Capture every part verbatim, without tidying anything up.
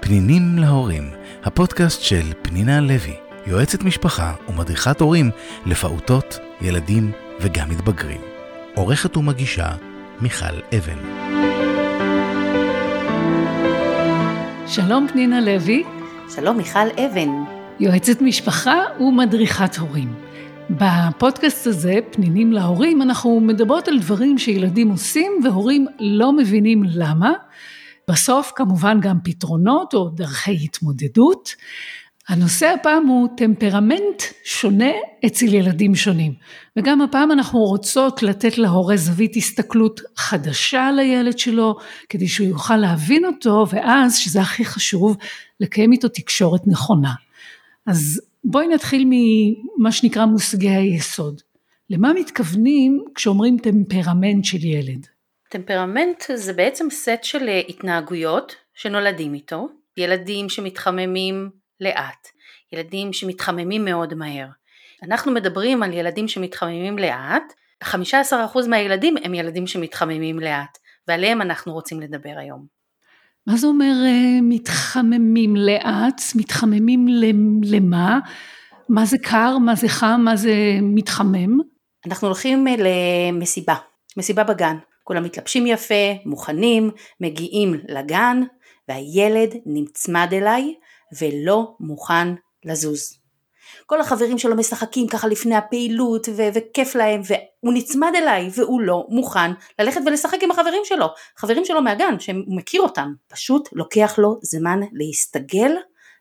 פנינים להורים, הפודקאסט של פנינה לוי, יועצת משפחה ומדריכת הורים לפעוטות, ילדים וגם מתבגרים. עורכת ומגישה מיכל אבן. שלום פנינה לוי. שלום מיכל אבן. יועצת משפחה ומדריכת הורים. בפודקאסט הזה, פנינים להורים, אנחנו מדברות על דברים שילדים עושים והורים לא מבינים למה. בסוף כמובן גם פתרונות או דרכי התמודדות. הנושא הפעם הוא טמפרמנט שונה אצל ילדים שונים. וגם הפעם אנחנו רוצות לתת להורה זווית הסתכלות חדשה על הילד שלו, כדי שהוא יוכל להבין אותו, ואז, שזה הכי חשוב, לקיים איתו תקשורת נכונה. אז בואי נתחיל ממה שנקרא מושגי היסוד. למה מתכוונים כשאומרים טמפרמנט של ילד? טמפרמנט זה בעצם סט של התנהגויות שנולדים איתו, ילדים שמתחממים לאט, ילדים שמתחממים מאוד מהר. אנחנו מדברים על ילדים שמתחממים לאט, חמישה עשר אחוז מהילדים הם ילדים שמתחממים לאט, ועליהם אנחנו רוצים לדבר היום. מה זה אומר מתחממים לאט? מתחממים למה? מה זה קר? מה זה חם? מה זה מתחמם? אנחנו הולכים למסיבה, מסיבה בגן. כולם מתלבשים יפה, מוכנים, מגיעים לגן, והילד נצמד אליי ולא מוכן לזוז. כל החברים שלו משחקים ככה לפני הפעילות ו- וכיף להם, והוא נצמד אליי והוא לא מוכן ללכת ולשחק עם החברים שלו, חברים שלו מהגן שהוא מכיר אותם. פשוט לוקח לו זמן להסתגל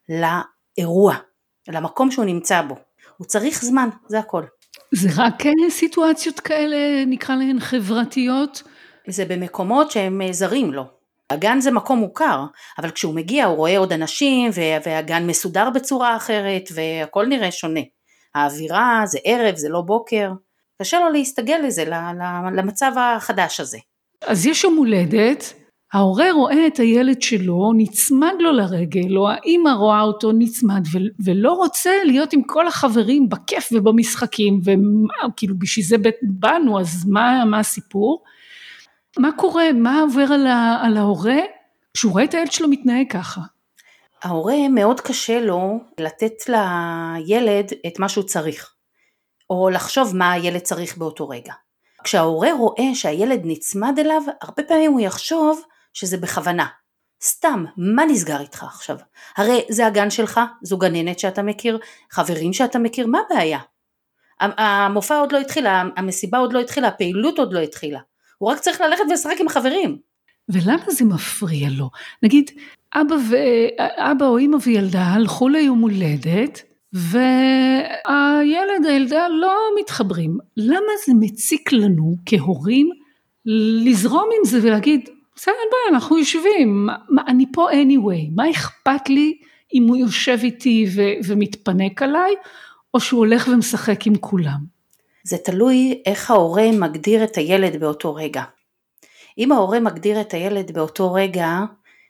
לאירוע, למקום שהוא נמצא בו. הוא צריך זמן, זה הכל. זה רק סיטואציות כאלה, נקרא להן חברתיות? זה במקומות שהם זרים לו. הגן זה מקום מוכר, אבל כשהוא מגיע הוא רואה עוד אנשים, והגן מסודר בצורה אחרת, והכל נראה שונה. האווירה זה ערב, זה לא בוקר. קשה לו להסתגל לזה, למצב החדש הזה. אז יש יום הולדת, ההורה רואה את הילד שלו, נצמד לו לרגל, או האמא רואה אותו נצמד, ולא רוצה להיות עם כל החברים בכיף ובמשחקים, וכאילו בשביל זה באנו, אז מה, מה הסיפור? מה קורה? מה עובר על, ה, על ההורה כשהוא רואה את הילד שלו מתנהג ככה? ההורה מאוד קשה לו לתת לילד את מה שהוא צריך, או לחשוב מה הילד צריך באותו רגע. כשההורה רואה שהילד נצמד אליו, הרבה פעמים הוא יחשוב שזה בכוונה. סתם, מה נסגר איתך עכשיו? הרי זה הגן שלך, זו גננת שאתה מכיר, חברים שאתה מכיר, מה הבעיה? המופע עוד לא התחילה, המסיבה עוד לא התחילה, הפעילות עוד לא התחילה. הוא רק צריך ללכת ולשחק עם החברים. ולמה זה מפריע לו? נגיד, אבא, ו... אבא או אמא וילדה הלכו ליום הולדת, והילד, הילדה לא מתחברים. למה זה מציק לנו כהורים לזרום עם זה ולהגיד, בסדר, בואי, אנחנו יושבים, מה, אני פה anyway, מה אכפת לי אם הוא יושב איתי ו... ומתפנק עליי, או שהוא הולך ומשחק עם כולם? זה תלוי איך ההורה מגדיר את הילד באותו רגע. אם ההורה מגדיר את הילד באותו רגע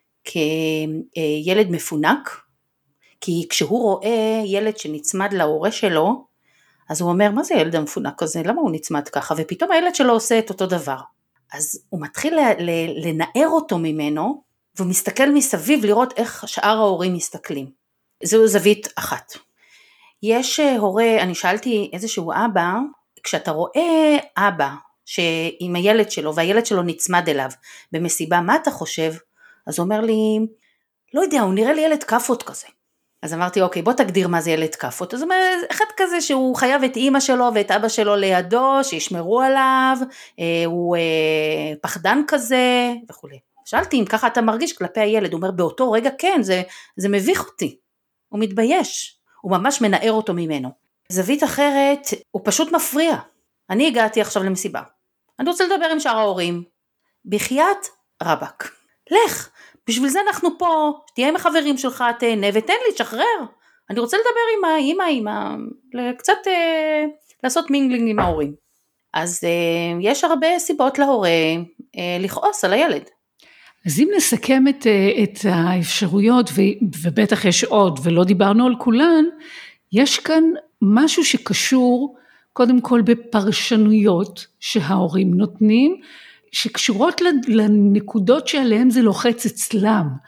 כילד מפונק, כי כשהוא רואה ילד שנצמד להורה שלו, אז הוא אומר, מה זה ילד המפונק הזה? למה הוא נצמד ככה? ופתאום הילד שלו עושה את אותו דבר. אז הוא מתחיל לנער אותו ממנו, והוא מסתכל מסביב לראות איך שאר ההורים מסתכלים. זו זווית אחת. יש הורה, אני שאלתי איזשהו אבא, כשאתה רואה אבא עם הילד שלו, והילד שלו נצמד אליו במסיבה, מה אתה חושב? אז הוא אומר לי, לא יודע, הוא נראה לי ילד כפות כזה. אז אמרתי, אוקיי, בוא תגדיר מה זה ילד כפות. אז הוא אומר, אחד כזה שהוא חייב את אמא שלו ואת אבא שלו לידו, שישמרו עליו, הוא פחדן כזה וכו'. שאלתי אם ככה אתה מרגיש כלפי הילד, הוא אומר, באותו רגע כן, זה, זה מביך אותי. הוא מתבייש, הוא ממש מנער אותו ממנו. זווית אחרת, הוא פשוט מפריע. אני הגעתי עכשיו למסיבה. אני רוצה לדבר עם שאר ההורים. בחייאת רבק. לך, בשביל זה אנחנו פה, תהיה עם החברים שלך, תהנה ותן לי, תשחרר. אני רוצה לדבר עם האמא, עם ה... קצת אה, לעשות מינגלינג עם ההורים. אז אה, יש הרבה סיבות להורה אה, לכעוס על הילד. אז אם נסכם את, את האפשרויות, ו, ובטח יש עוד, ולא דיברנו על כולן, יש כאן משהו שקשור קודם כל בפרשנויות שההורים נותנים, שקשורות לנקודות שעליהם זה לוחץ אצלם.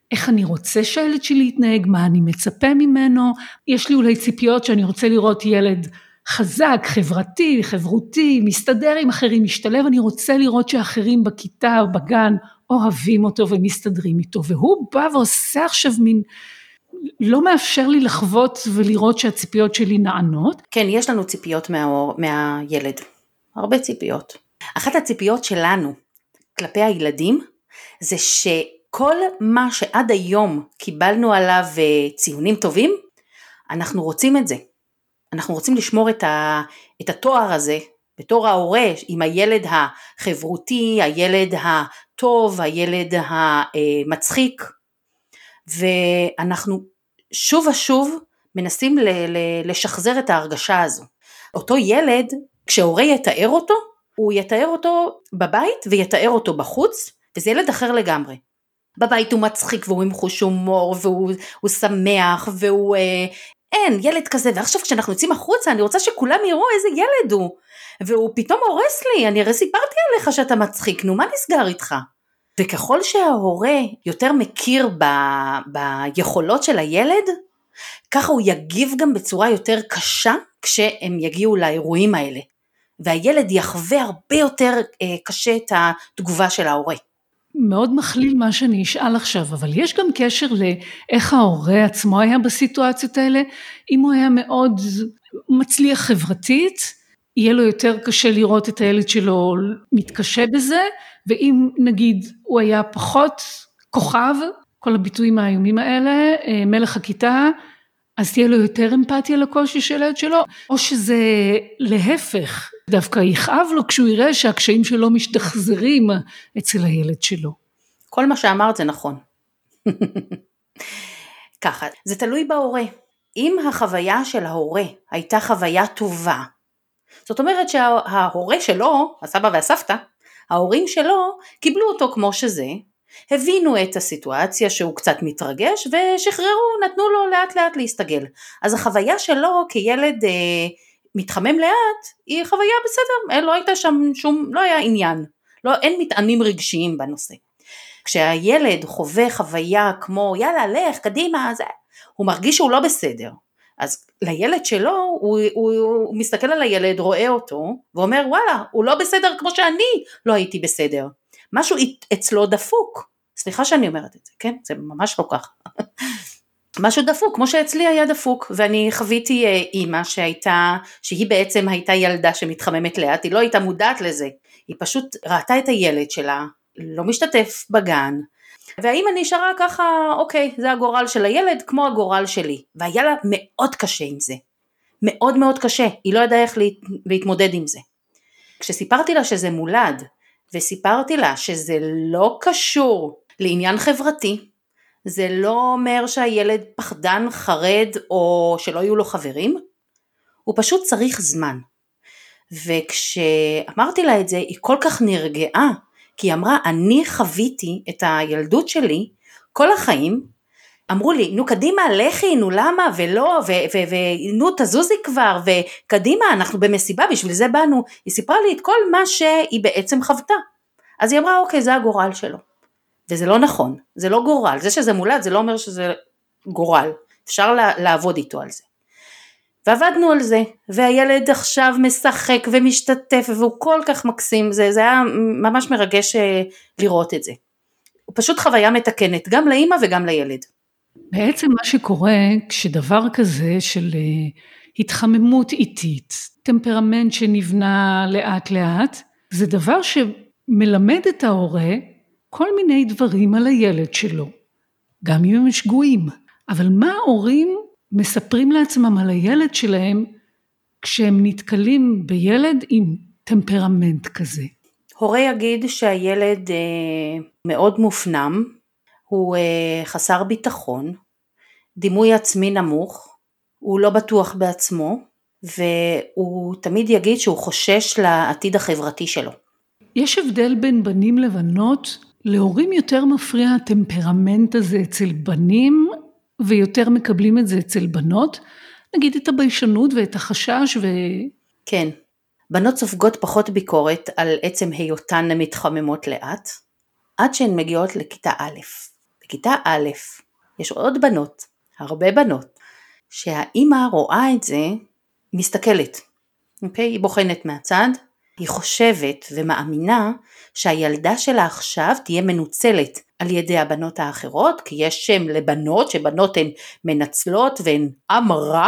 איך אני רוצה שהילד שלי יתנהג, מה אני מצפה ממנו, יש לי אולי ציפיות שאני רוצה לראות ילד חזק, חברתי, חברותי, מסתדר עם אחרים, משתלב, אני רוצה לראות שאחרים בכיתה או בגן אוהבים אותו ומסתדרים איתו, והוא בא ועושה עכשיו מין, לא מאפשר לי לחוות ולראות שהציפיות שלי נענות. כן, יש לנו ציפיות מה, מהילד, הרבה ציפיות. אחת הציפיות שלנו כלפי הילדים, זה שכל מה שעד היום קיבלנו עליו ציונים טובים, אנחנו רוצים את זה. אנחנו רוצים לשמור את, ה, את התואר הזה, בתור ההורה, עם הילד החברותי, הילד הטוב, הילד המצחיק, ואנחנו שוב ושוב מנסים ל, ל, לשחזר את ההרגשה הזו. אותו ילד, כשההורה יתאר אותו, הוא יתאר אותו בבית ויתאר אותו בחוץ, וזה ילד אחר לגמרי. בבית הוא מצחיק והוא עם חוש הומור, והוא הוא שמח, והוא... אה, אין, ילד כזה, ועכשיו כשאנחנו יוצאים החוצה, אני רוצה שכולם יראו איזה ילד הוא, והוא פתאום הורס לי, אני הרי סיפרתי עליך שאתה מצחיק, נו מה נסגר איתך? וככל שההורה יותר מכיר ב, ביכולות של הילד, ככה הוא יגיב גם בצורה יותר קשה, כשהם יגיעו לאירועים האלה, והילד יחווה הרבה יותר אה, קשה את התגובה של ההורה. מאוד מכליל מה שאני אשאל עכשיו, אבל יש גם קשר לאיך ההורה עצמו היה בסיטואציות האלה, אם הוא היה מאוד מצליח חברתית, יהיה לו יותר קשה לראות את הילד שלו מתקשה בזה, ואם נגיד הוא היה פחות כוכב, כל הביטויים האיומים האלה, מלך הכיתה, אז תהיה לו יותר אמפתיה לקושי של הילד שלו, או שזה להפך, דווקא יכאב לו כשהוא יראה שהקשיים שלו משתחזרים אצל הילד שלו. כל מה שאמרת זה נכון. ככה, זה תלוי בהורה. אם החוויה של ההורה הייתה חוויה טובה, זאת אומרת שההורה שלו, הסבא והסבתא, ההורים שלו קיבלו אותו כמו שזה, הבינו את הסיטואציה שהוא קצת מתרגש ושחררו, נתנו לו לאט לאט להסתגל. אז החוויה שלו כילד אה, מתחמם לאט, היא חוויה בסדר, לא הייתה שם שום, לא היה עניין, לא, אין מטענים רגשיים בנושא. כשהילד חווה חוויה כמו יאללה לך קדימה, זה, הוא מרגיש שהוא לא בסדר, אז לילד שלו, הוא, הוא, הוא מסתכל על הילד, רואה אותו, ואומר וואלה, הוא לא בסדר כמו שאני לא הייתי בסדר, משהו אצלו דפוק, סליחה שאני אומרת את זה, כן? זה ממש לא כך. משהו דפוק, כמו שאצלי היה דפוק, ואני חוויתי אימא שהייתה, שהיא בעצם הייתה ילדה שמתחממת לאט, היא לא הייתה מודעת לזה, היא פשוט ראתה את הילד שלה, לא משתתף בגן, והאימא נשארה ככה, אוקיי, זה הגורל של הילד, כמו הגורל שלי, והיה לה מאוד קשה עם זה, מאוד מאוד קשה, היא לא ידעה איך להתמודד עם זה. כשסיפרתי לה שזה מולד, וסיפרתי לה שזה לא קשור לעניין חברתי, זה לא אומר שהילד פחדן, חרד, או שלא יהיו לו חברים, הוא פשוט צריך זמן. וכשאמרתי לה את זה, היא כל כך נרגעה, כי היא אמרה, אני חוויתי את הילדות שלי, כל החיים, אמרו לי, נו קדימה, לכי, נו למה, ולא, ונו תזוזי כבר, וקדימה, אנחנו במסיבה, בשביל זה באנו, היא סיפרה לי את כל מה שהיא בעצם חוותה, אז היא אמרה, אוקיי, זה הגורל שלו, וזה לא נכון, זה לא גורל, זה שזה מולד, זה לא אומר שזה גורל, אפשר לעבוד איתו על זה, ועבדנו על זה, והילד עכשיו משחק ומשתתף, והוא כל כך מקסים, זה, זה היה ממש מרגש לראות את זה, הוא פשוט חוויה מתקנת, גם לאמא וגם לילד. בעצם מה שקורה כשדבר כזה של התחממות איטית, טמפרמנט שנבנה לאט לאט, זה דבר שמלמד את ההורה כל מיני דברים על הילד שלו, גם אם הם שגויים. אבל מה ההורים מספרים לעצמם על הילד שלהם כשהם נתקלים בילד עם טמפרמנט כזה? הורה יגיד שהילד אה, מאוד מופנם, הוא אה, חסר ביטחון, דימוי עצמי נמוך, הוא לא בטוח בעצמו, והוא תמיד יגיד שהוא חושש לעתיד החברתי שלו. יש הבדל בין בנים לבנות, להורים יותר מפריע הטמפרמנט הזה אצל בנים, ויותר מקבלים את זה אצל בנות, נגיד את הביישנות ואת החשש ו... כן, בנות סופגות פחות ביקורת על עצם היותן מתחממות לאט, עד שהן מגיעות לכיתה א'. בכיתה א', יש עוד בנות, הרבה בנות, שהאימא רואה את זה, היא מסתכלת, אוקיי? היא בוחנת מהצד, היא חושבת ומאמינה שהילדה שלה עכשיו תהיה מנוצלת על ידי הבנות האחרות, כי יש שם לבנות, שבנות הן מנצלות והן עם רע,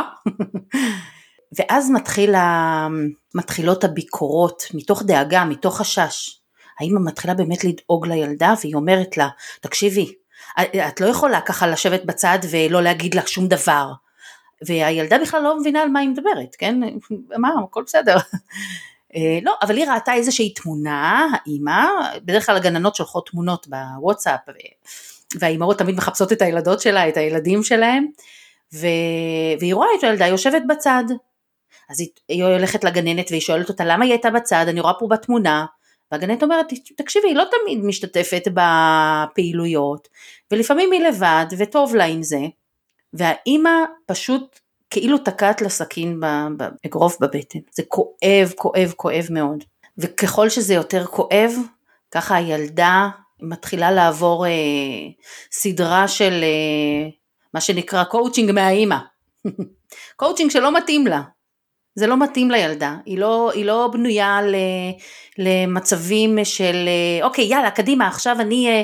ואז מתחיל ה... מתחילות הביקורות, מתוך דאגה, מתוך חשש. האמא מתחילה באמת לדאוג לילדה, והיא אומרת לה, תקשיבי, את לא יכולה ככה לשבת בצד ולא להגיד לה שום דבר, והילדה בכלל לא מבינה על מה היא מדברת, כן? מה, הכל בסדר. לא, אבל היא ראתה איזושהי תמונה, האמא, בדרך כלל הגננות שולחות תמונות בוואטסאפ, והאימהות תמיד מחפשות את הילדות שלה, את הילדים שלהם, והיא רואה את הילדה יושבת בצד, אז היא הולכת לגננת והיא שואלת אותה, למה היא הייתה בצד? אני רואה פה בתמונה, והגננת אומרת, תקשיבי, היא לא תמיד משתתפת בפעילויות, ולפעמים היא לבד, וטוב לה עם זה, והאימא פשוט כאילו תקעת לסכין באגרוף בבטן, זה כואב, כואב, כואב מאוד, וככל שזה יותר כואב, ככה הילדה מתחילה לעבור אה, סדרה של אה, מה שנקרא קואוצ'ינג מהאימא, קואוצ'ינג שלא מתאים לה, זה לא מתאים לילדה, היא לא, היא לא בנויה ל, למצבים של, אוקיי, יאללה, קדימה, עכשיו אני,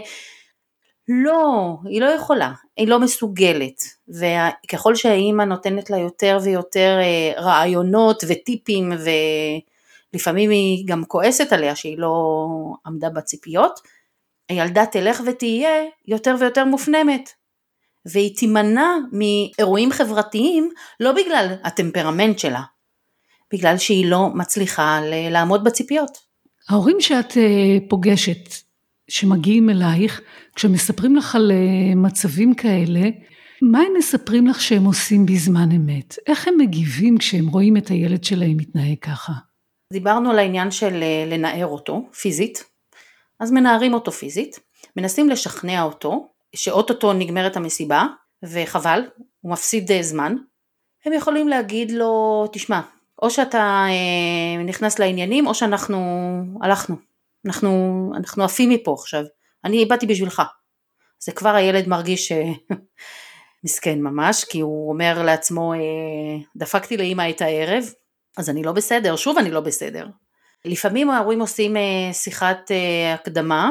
לא, היא לא יכולה, היא לא מסוגלת, וככל שהאימא נותנת לה יותר ויותר רעיונות וטיפים, ולפעמים היא גם כועסת עליה שהיא לא עמדה בציפיות, הילדה תלך ותהיה יותר ויותר מופנמת, והיא תימנע מאירועים חברתיים, לא בגלל הטמפרמנט שלה, בגלל שהיא לא מצליחה לעמוד בציפיות. ההורים שאת פוגשת, שמגיעים אלייך, כשמספרים לך על מצבים כאלה, מה הם מספרים לך שהם עושים בזמן אמת? איך הם מגיבים כשהם רואים את הילד שלהם מתנהג ככה? דיברנו על העניין של לנער אותו פיזית, אז מנערים אותו פיזית, מנסים לשכנע אותו, שאוטוטו נגמרת המסיבה, וחבל, הוא מפסיד זמן, הם יכולים להגיד לו, תשמע, או שאתה אה, נכנס לעניינים, או שאנחנו הלכנו, אנחנו, אנחנו עפים מפה עכשיו, אני באתי בשבילך, זה כבר הילד מרגיש אה, מסכן ממש, כי הוא אומר לעצמו, אה, דפקתי לאמא את הערב, אז אני לא בסדר, שוב אני לא בסדר, לפעמים ההורים עושים אה, שיחת אה, הקדמה,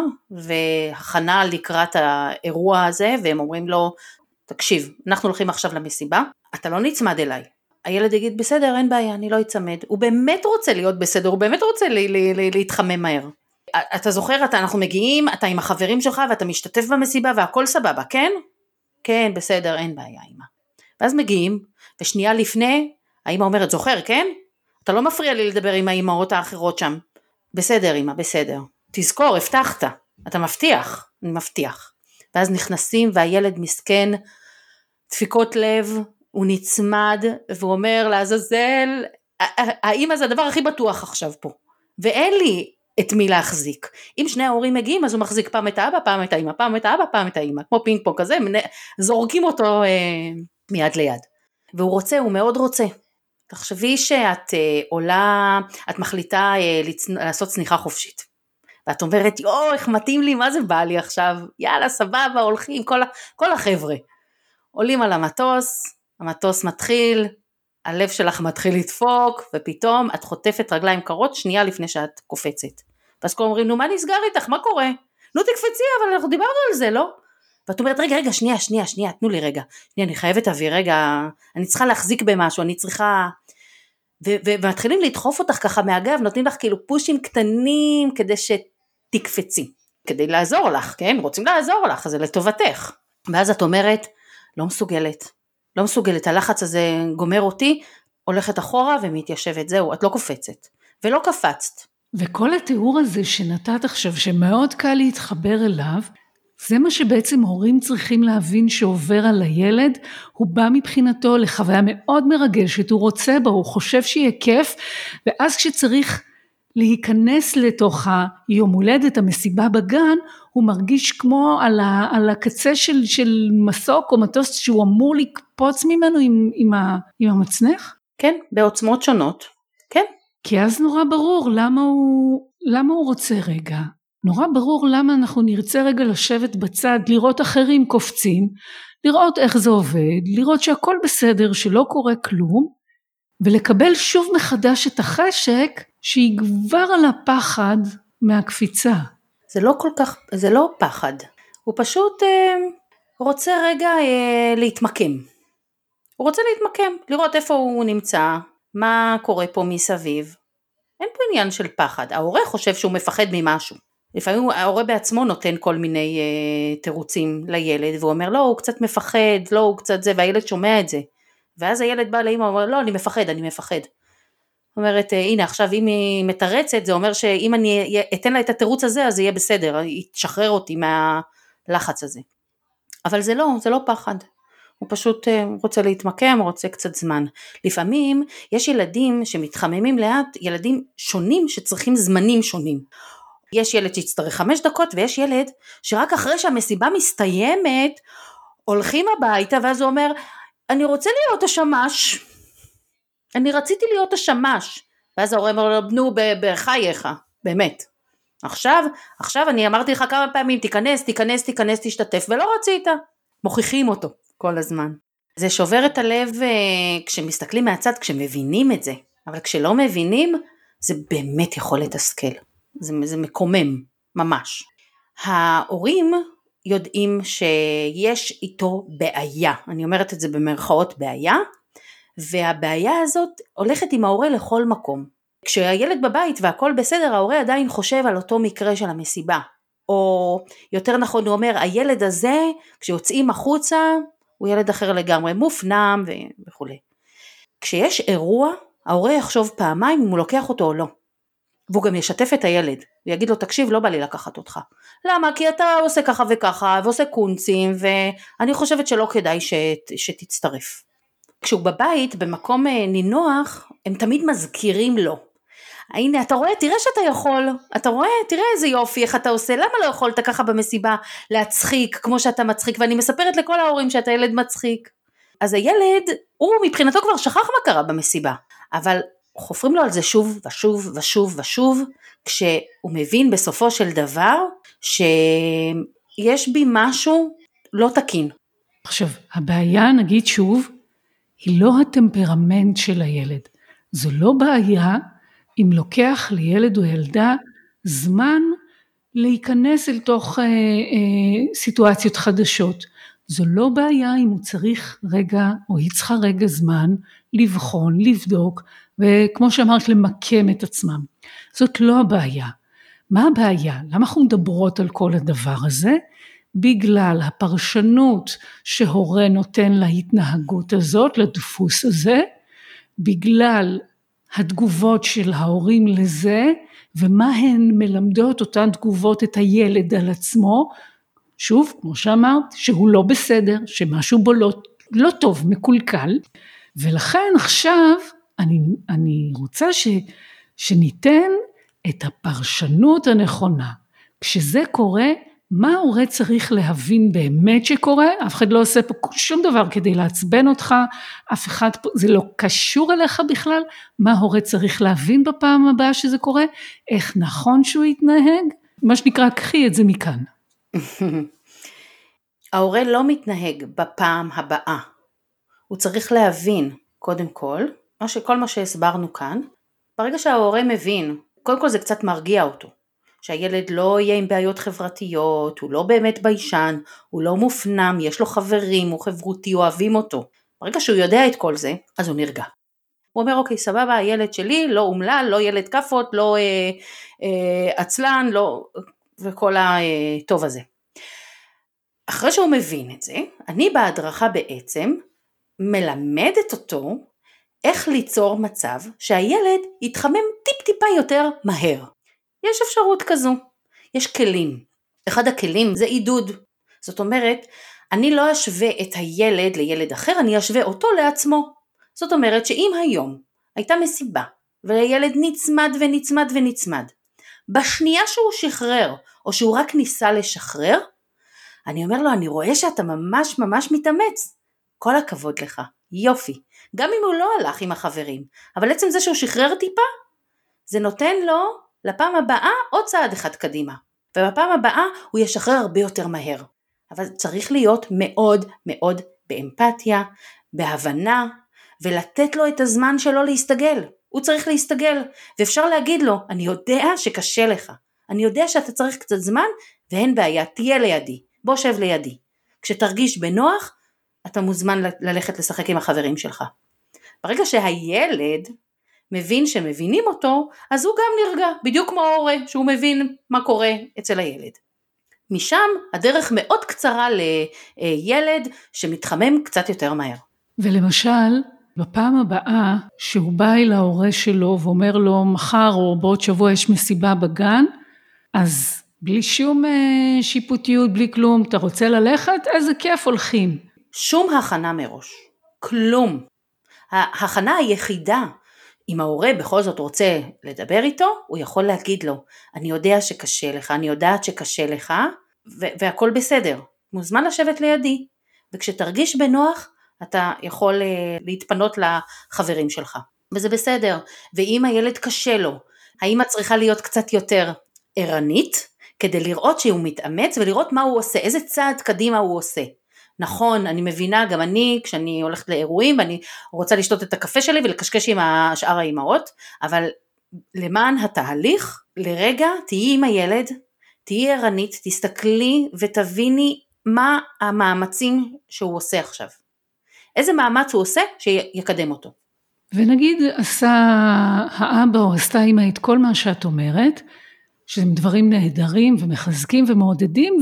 והכנה לקראת האירוע הזה, והם אומרים לו, תקשיב, אנחנו הולכים עכשיו למסיבה, אתה לא נצמד אליי, הילד יגיד, בסדר, אין בעיה, אני לא אצמד. הוא באמת רוצה להיות בסדר, הוא באמת רוצה לי, לי, לי, להתחמם מהר. אתה זוכר, אתה, אנחנו מגיעים, אתה עם החברים שלך, ואתה משתתף במסיבה, והכל סבבה, כן? כן, בסדר, אין בעיה, אמא. ואז מגיעים, ושנייה לפני, האמא אומרת, זוכר, כן? אתה לא מפריע לי לדבר עם האמהות האחרות שם. בסדר, אמא, בסדר. תזכור, הבטחת. אתה מבטיח, אני מבטיח. ואז נכנסים, והילד מסכן, דפיקות לב, הוא נצמד, והוא אומר לעזאזל, האמא זה הדבר הכי בטוח עכשיו פה, ואין לי את מי להחזיק. אם שני ההורים מגיעים, אז הוא מחזיק פעם את האבא, פעם את האמא, פעם את האבא, פעם את האמא, כמו פינג פונג כזה, זורקים אותו אה, מיד ליד. והוא רוצה, הוא מאוד רוצה. תחשבי שאת אה, עולה, את מחליטה אה, לצ... לעשות צניחה חופשית. ואת אומרת, יו, איך מתאים לי, מה זה בא לי עכשיו? יאללה, סבבה, הולכים, כל, כל החבר'ה. עולים על המטוס, המטוס מתחיל, הלב שלך מתחיל לדפוק, ופתאום את חוטפת רגליים קרות שנייה לפני שאת קופצת. ואז כל אומרים, נו מה נסגר איתך, מה קורה? נו תקפצי, אבל אנחנו דיברנו על זה, לא? ואת אומרת, רגע, רגע, שנייה, שנייה, שנייה, תנו לי רגע, שנייה, אני חייבת להביא, רגע, אני צריכה להחזיק במשהו, אני צריכה, ו- ו- ומתחילים לדחוף אותך ככה מהגב, נותנים לך כאילו פושים קטנים, כדי שתקפצי, כדי לעזור לך, כן? רוצים לעזור לך, זה לטובתך. ואז את אומרת, לא מסוגלת, לא מסוגלת, הלחץ הזה גומר אותי, הולכת אחורה ומתיישבת, זהו, את לא קופצת, ולא קפצת. וכל התיאור הזה שנתת עכשיו, שמאוד קל להתחבר אליו, זה מה שבעצם הורים צריכים להבין שעובר על הילד, הוא בא מבחינתו לחוויה מאוד מרגשת, הוא רוצה בה, הוא חושב שיהיה כיף, ואז כשצריך להיכנס לתוך היום הולדת, המסיבה בגן, הוא מרגיש כמו על, ה, על הקצה של, של מסוק או מטוס שהוא אמור לקפוץ ממנו עם, עם, ה, עם המצנח? כן, בעוצמות שונות, כן. כי אז נורא ברור למה הוא, למה הוא רוצה רגע. נורא ברור למה אנחנו נרצה רגע לשבת בצד, לראות אחרים קופצים, לראות איך זה עובד, לראות שהכל בסדר, שלא קורה כלום, ולקבל שוב מחדש את החשק שיגבר על הפחד מהקפיצה. זה לא כל כך, זה לא פחד, הוא פשוט אה, רוצה רגע אה, להתמקם. הוא רוצה להתמקם, לראות איפה הוא נמצא, מה קורה פה מסביב. אין פה עניין של פחד, ההורה חושב שהוא מפחד ממשהו. לפעמים ההורה בעצמו נותן כל מיני אה, תירוצים לילד, והוא אומר, לא, הוא קצת מפחד, לא, הוא קצת זה, והילד שומע את זה. ואז הילד בא לאמא, הוא אומר, לא, אני מפחד, אני מפחד. אומרת, הנה, עכשיו אם היא מתרצת, זה אומר שאם אני אתן לה את התירוץ הזה, אז זה יהיה בסדר, היא תשחרר אותי מהלחץ הזה. אבל זה לא, זה לא פחד. הוא פשוט רוצה להתמקם, רוצה קצת זמן. לפעמים יש ילדים שמתחממים לאט, ילדים שונים שצריכים זמנים שונים. יש ילד שיצטרך חמש דקות, ויש ילד שרק אחרי שהמסיבה מסתיימת, הולכים הביתה, ואז הוא אומר, אני רוצה להיות השמש, אני רציתי להיות השמש, ואז ההורה אומר לו, בנו, בחייך, באמת. עכשיו, עכשיו אני אמרתי לך כמה פעמים, תיכנס, תיכנס, תיכנס, תשתתף, ולא רצית. מוכיחים אותו כל הזמן. זה שובר את הלב כשמסתכלים מהצד, כשמבינים את זה, אבל כשלא מבינים, זה באמת יכול לתסכל. זה, זה מקומם, ממש. ההורים יודעים שיש איתו בעיה, אני אומרת את זה במרכאות בעיה, והבעיה הזאת הולכת עם ההורה לכל מקום. כשהילד בבית והכל בסדר, ההורה עדיין חושב על אותו מקרה של המסיבה, או יותר נכון הוא אומר, הילד הזה כשיוצאים החוצה, הוא ילד אחר לגמרי, מופנם וכו'. כשיש אירוע, ההורה יחשוב פעמיים אם הוא לוקח אותו או לא. והוא גם ישתף את הילד, ויגיד לו, תקשיב, לא בא לי לקחת אותך. למה? כי אתה עושה ככה וככה, ועושה קונצים, ואני חושבת שלא כדאי שת, שתצטרף. כשהוא בבית, במקום נינוח, הם תמיד מזכירים לו. הנה, אתה רואה, תראה שאתה יכול, אתה רואה, תראה איזה יופי, איך אתה עושה, למה לא יכולת ככה במסיבה להצחיק, כמו שאתה מצחיק, ואני מספרת לכל ההורים שאתה ילד מצחיק. אז הילד, הוא מבחינתו כבר שכח מה קרה במסיבה, אבל חופרים לו על זה שוב ושוב ושוב ושוב, כשהוא מבין בסופו של דבר, שיש בי משהו לא תקין. עכשיו, הבעיה, נגיד שוב, היא לא הטמפרמנט של הילד. זו לא בעיה אם לוקח לילד או ילדה זמן להיכנס אל תוך אה, אה, סיטואציות חדשות. זו לא בעיה אם הוא צריך רגע, או היא צריכה רגע זמן, לבחון, לבדוק, וכמו שאמרת, למקם את עצמם. זאת לא הבעיה. מה הבעיה? למה אנחנו מדברות על כל הדבר הזה? בגלל הפרשנות שהורה נותן להתנהגות הזאת, לדפוס הזה, בגלל התגובות של ההורים לזה, ומה הן מלמדות אותן תגובות את הילד על עצמו, שוב, כמו שאמרת, שהוא לא בסדר, שמשהו בו לא, לא טוב, מקולקל, ולכן עכשיו אני, אני רוצה ש, שניתן את הפרשנות הנכונה. כשזה קורה, מה ההורה צריך להבין באמת שקורה? אף אחד לא עושה פה שום דבר כדי לעצבן אותך, אף אחד פה, זה לא קשור אליך בכלל, מה ההורה צריך להבין בפעם הבאה שזה קורה, איך נכון שהוא יתנהג, מה שנקרא, קחי את זה מכאן. ההורה לא מתנהג בפעם הבאה, הוא צריך להבין, קודם כל, מה שכל מה שהסברנו כאן, ברגע שההורה מבין, קודם כל זה קצת מרגיע אותו, שהילד לא יהיה עם בעיות חברתיות, הוא לא באמת ביישן, הוא לא מופנם, יש לו חברים, הוא חברותי, אוהבים אותו. ברגע שהוא יודע את כל זה, אז הוא נרגע. הוא אומר, אוקיי, סבבה, הילד שלי לא אומלל, לא ילד כפות, לא אה, אה, עצלן, לא, וכל הטוב הזה. אחרי שהוא מבין את זה, אני בהדרכה בעצם מלמדת אותו איך ליצור מצב שהילד יתחמם טיפ טיפה יותר מהר. יש אפשרות כזו, יש כלים. אחד הכלים זה עידוד. זאת אומרת, אני לא אשווה את הילד לילד אחר, אני אשווה אותו לעצמו. זאת אומרת שאם היום הייתה מסיבה, והילד נצמד ונצמד ונצמד, בשנייה שהוא שחרר, או שהוא רק ניסה לשחרר, אני אומר לו, אני רואה שאתה ממש ממש מתאמץ. כל הכבוד לך, יופי. גם אם הוא לא הלך עם החברים, אבל עצם זה שהוא שחרר טיפה, זה נותן לו לפעם הבאה עוד צעד אחד קדימה. ובפעם הבאה הוא ישחרר הרבה יותר מהר. אבל צריך להיות מאוד מאוד באמפתיה, בהבנה, ולתת לו את הזמן שלו להסתגל. הוא צריך להסתגל, ואפשר להגיד לו, אני יודע שקשה לך, אני יודע שאתה צריך קצת זמן, ואין בעיה, תהיה לידי, בוא שב לידי. כשתרגיש בנוח, אתה מוזמן ללכת לשחק עם החברים שלך. ברגע שהילד מבין שמבינים אותו, אז הוא גם נרגע, בדיוק כמו ההורה, שהוא מבין מה קורה אצל הילד. משם הדרך מאוד קצרה לילד שמתחמם קצת יותר מהר. ולמשל, בפעם הבאה שהוא בא אל ההורה שלו ואומר לו מחר או בעוד שבוע יש מסיבה בגן, אז בלי שום שיפוטיות, בלי כלום, אתה רוצה ללכת? איזה כיף הולכים. שום הכנה מראש, כלום. ההכנה היחידה, אם ההורה בכל זאת רוצה לדבר איתו, הוא יכול להגיד לו, אני יודע שקשה לך, אני יודעת שקשה לך, והכל בסדר, מוזמן לשבת לידי, וכשתרגיש בנוח, אתה יכול להתפנות לחברים שלך, וזה בסדר. ואם הילד קשה לו, האמא צריכה להיות קצת יותר ערנית, כדי לראות שהוא מתאמץ, ולראות מה הוא עושה, איזה צעד קדימה הוא עושה. נכון, אני מבינה, גם אני, כשאני הולכת לאירועים, אני רוצה לשתות את הקפה שלי, ולקשקש עם שאר האמהות, אבל למען התהליך, לרגע, תהיי עם הילד, תהיי ערנית, תסתכלי ותביני מה המאמצים שהוא עושה עכשיו. איזה מאמץ הוא עושה שיקדם אותו. ונגיד עשה האבא או עשתה אמא את כל מה שאת אומרת, שהם דברים נהדרים ומחזקים ומעודדים,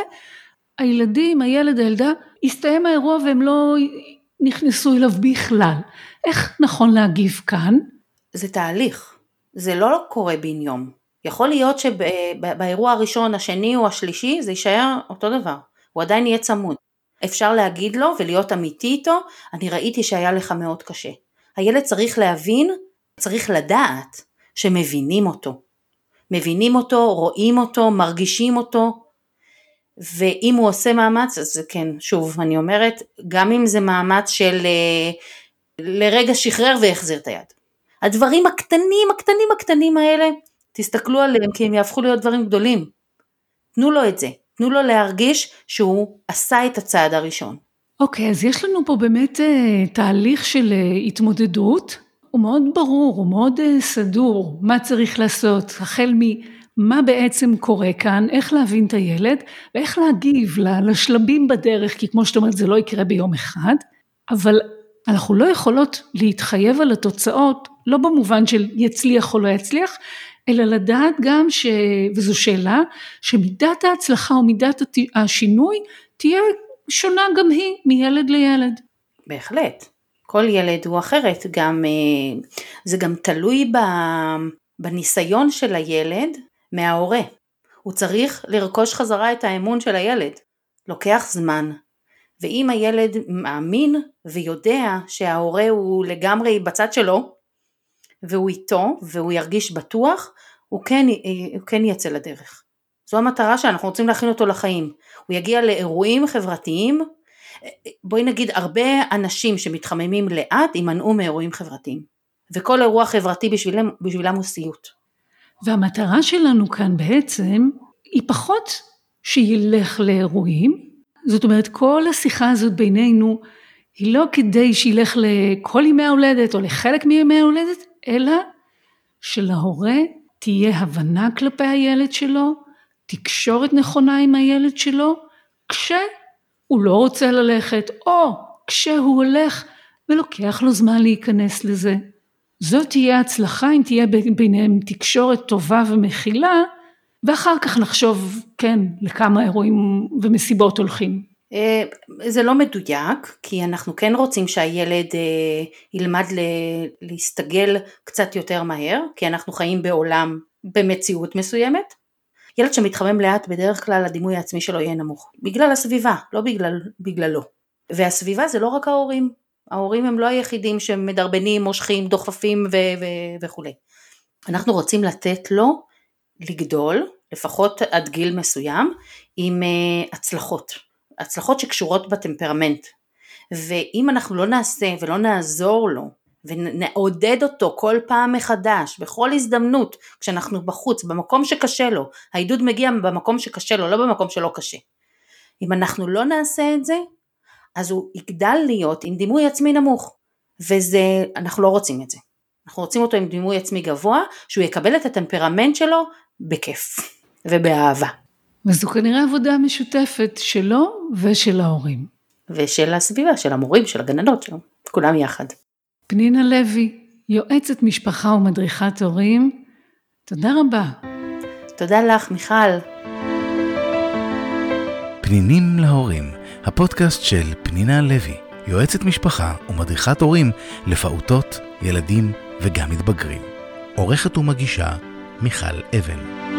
והילדים, הילד, הילדה, הסתיים האירוע והם לא נכנסו אליו בכלל. איך נכון להגיב כאן? זה תהליך, זה לא קורה בן יום. יכול להיות שבאירוע הראשון, השני או השלישי, זה יישאר אותו דבר, הוא עדיין יהיה צמוד. אפשר להגיד לו ולהיות אמיתי איתו, אני ראיתי שהיה לך מאוד קשה. הילד צריך להבין, צריך לדעת שמבינים אותו. מבינים אותו, רואים אותו, מרגישים אותו, ואם הוא עושה מאמץ, אז כן, שוב, אני אומרת, גם אם זה מאמץ של לרגע שחרר והחזיר את היד. הדברים הקטנים, הקטנים, הקטנים האלה, תסתכלו עליהם, כי הם יהפכו להיות דברים גדולים. תנו לו את זה. תנו לו להרגיש שהוא עשה את הצעד הראשון. אוקיי, אז יש לנו פה באמת תהליך של התמודדות, הוא מאוד ברור, הוא מאוד סדור, מה צריך לעשות, החל ממה בעצם קורה כאן, איך להבין את הילד, ואיך להגיב לשלבים בדרך, כי כמו שאת אומרת, זה לא יקרה ביום אחד, אבל אנחנו לא יכולות להתחייב על התוצאות, לא במובן של יצליח או לא יצליח, אלא לדעת גם, ש... וזו שאלה, שמידת ההצלחה או מידת השינוי תהיה שונה גם היא מילד לילד. בהחלט, כל ילד הוא אחרת, גם, זה גם תלוי בניסיון של הילד מההורה. הוא צריך לרכוש חזרה את האמון של הילד, לוקח זמן, ואם הילד מאמין ויודע שההורה הוא לגמרי בצד שלו, והוא איתו, והוא ירגיש בטוח, הוא כן, הוא כן יצא לדרך. זו המטרה שאנחנו רוצים להכין אותו לחיים. הוא יגיע לאירועים חברתיים, בואי נגיד הרבה אנשים שמתחממים לאט, יימנעו מאירועים חברתיים. וכל אירוע חברתי בשבילם, בשבילם הוא סיוט. והמטרה שלנו כאן בעצם, היא פחות שילך לאירועים, זאת אומרת כל השיחה הזאת בינינו, היא לא כדי שילך לכל ימי ההולדת, או לחלק מימי ההולדת, אלא שלהורה תהיה הבנה כלפי הילד שלו, תקשורת נכונה עם הילד שלו, כשהוא לא רוצה ללכת, או כשהוא הולך ולוקח לו זמן להיכנס לזה. זאת תהיה הצלחה אם תהיה ביניהם תקשורת טובה ומכילה, ואחר כך נחשוב, כן, לכמה אירועים ומסיבות הולכים. זה לא מדויק, כי אנחנו כן רוצים שהילד ילמד להסתגל קצת יותר מהר, כי אנחנו חיים בעולם במציאות מסוימת. ילד שמתחמם לאט בדרך כלל הדימוי העצמי שלו יהיה נמוך, בגלל הסביבה, לא בגלל, בגללו. והסביבה זה לא רק ההורים, ההורים הם לא היחידים שמדרבנים, מושכים, דוחפים ו- ו- וכו'. אנחנו רוצים לתת לו לגדול, לפחות עד גיל מסוים, עם הצלחות. הצלחות שקשורות בטמפרמנט, ואם אנחנו לא נעשה ולא נעזור לו, ונעודד אותו כל פעם מחדש, בכל הזדמנות, כשאנחנו בחוץ, במקום שקשה לו, העידוד מגיע במקום שקשה לו, לא במקום שלא קשה. אם אנחנו לא נעשה את זה, אז הוא יגדל להיות עם דימוי עצמי נמוך, וזה, אנחנו לא רוצים את זה. אנחנו רוצים אותו עם דימוי עצמי גבוה, שהוא יקבל את הטמפרמנט שלו בכיף ובאהבה. וזו כנראה עבודה משותפת שלו ושל ההורים. ושל הסביבה, של המורים, של הגננות שלו, כולם יחד. פנינה לוי, יועצת משפחה ומדריכת הורים, תודה רבה. תודה לך, מיכל. פנינים להורים, הפודקאסט של פנינה לוי, יועצת משפחה ומדריכת הורים לפעוטות, ילדים וגם מתבגרים. עורכת ומגישה מיכל אבן.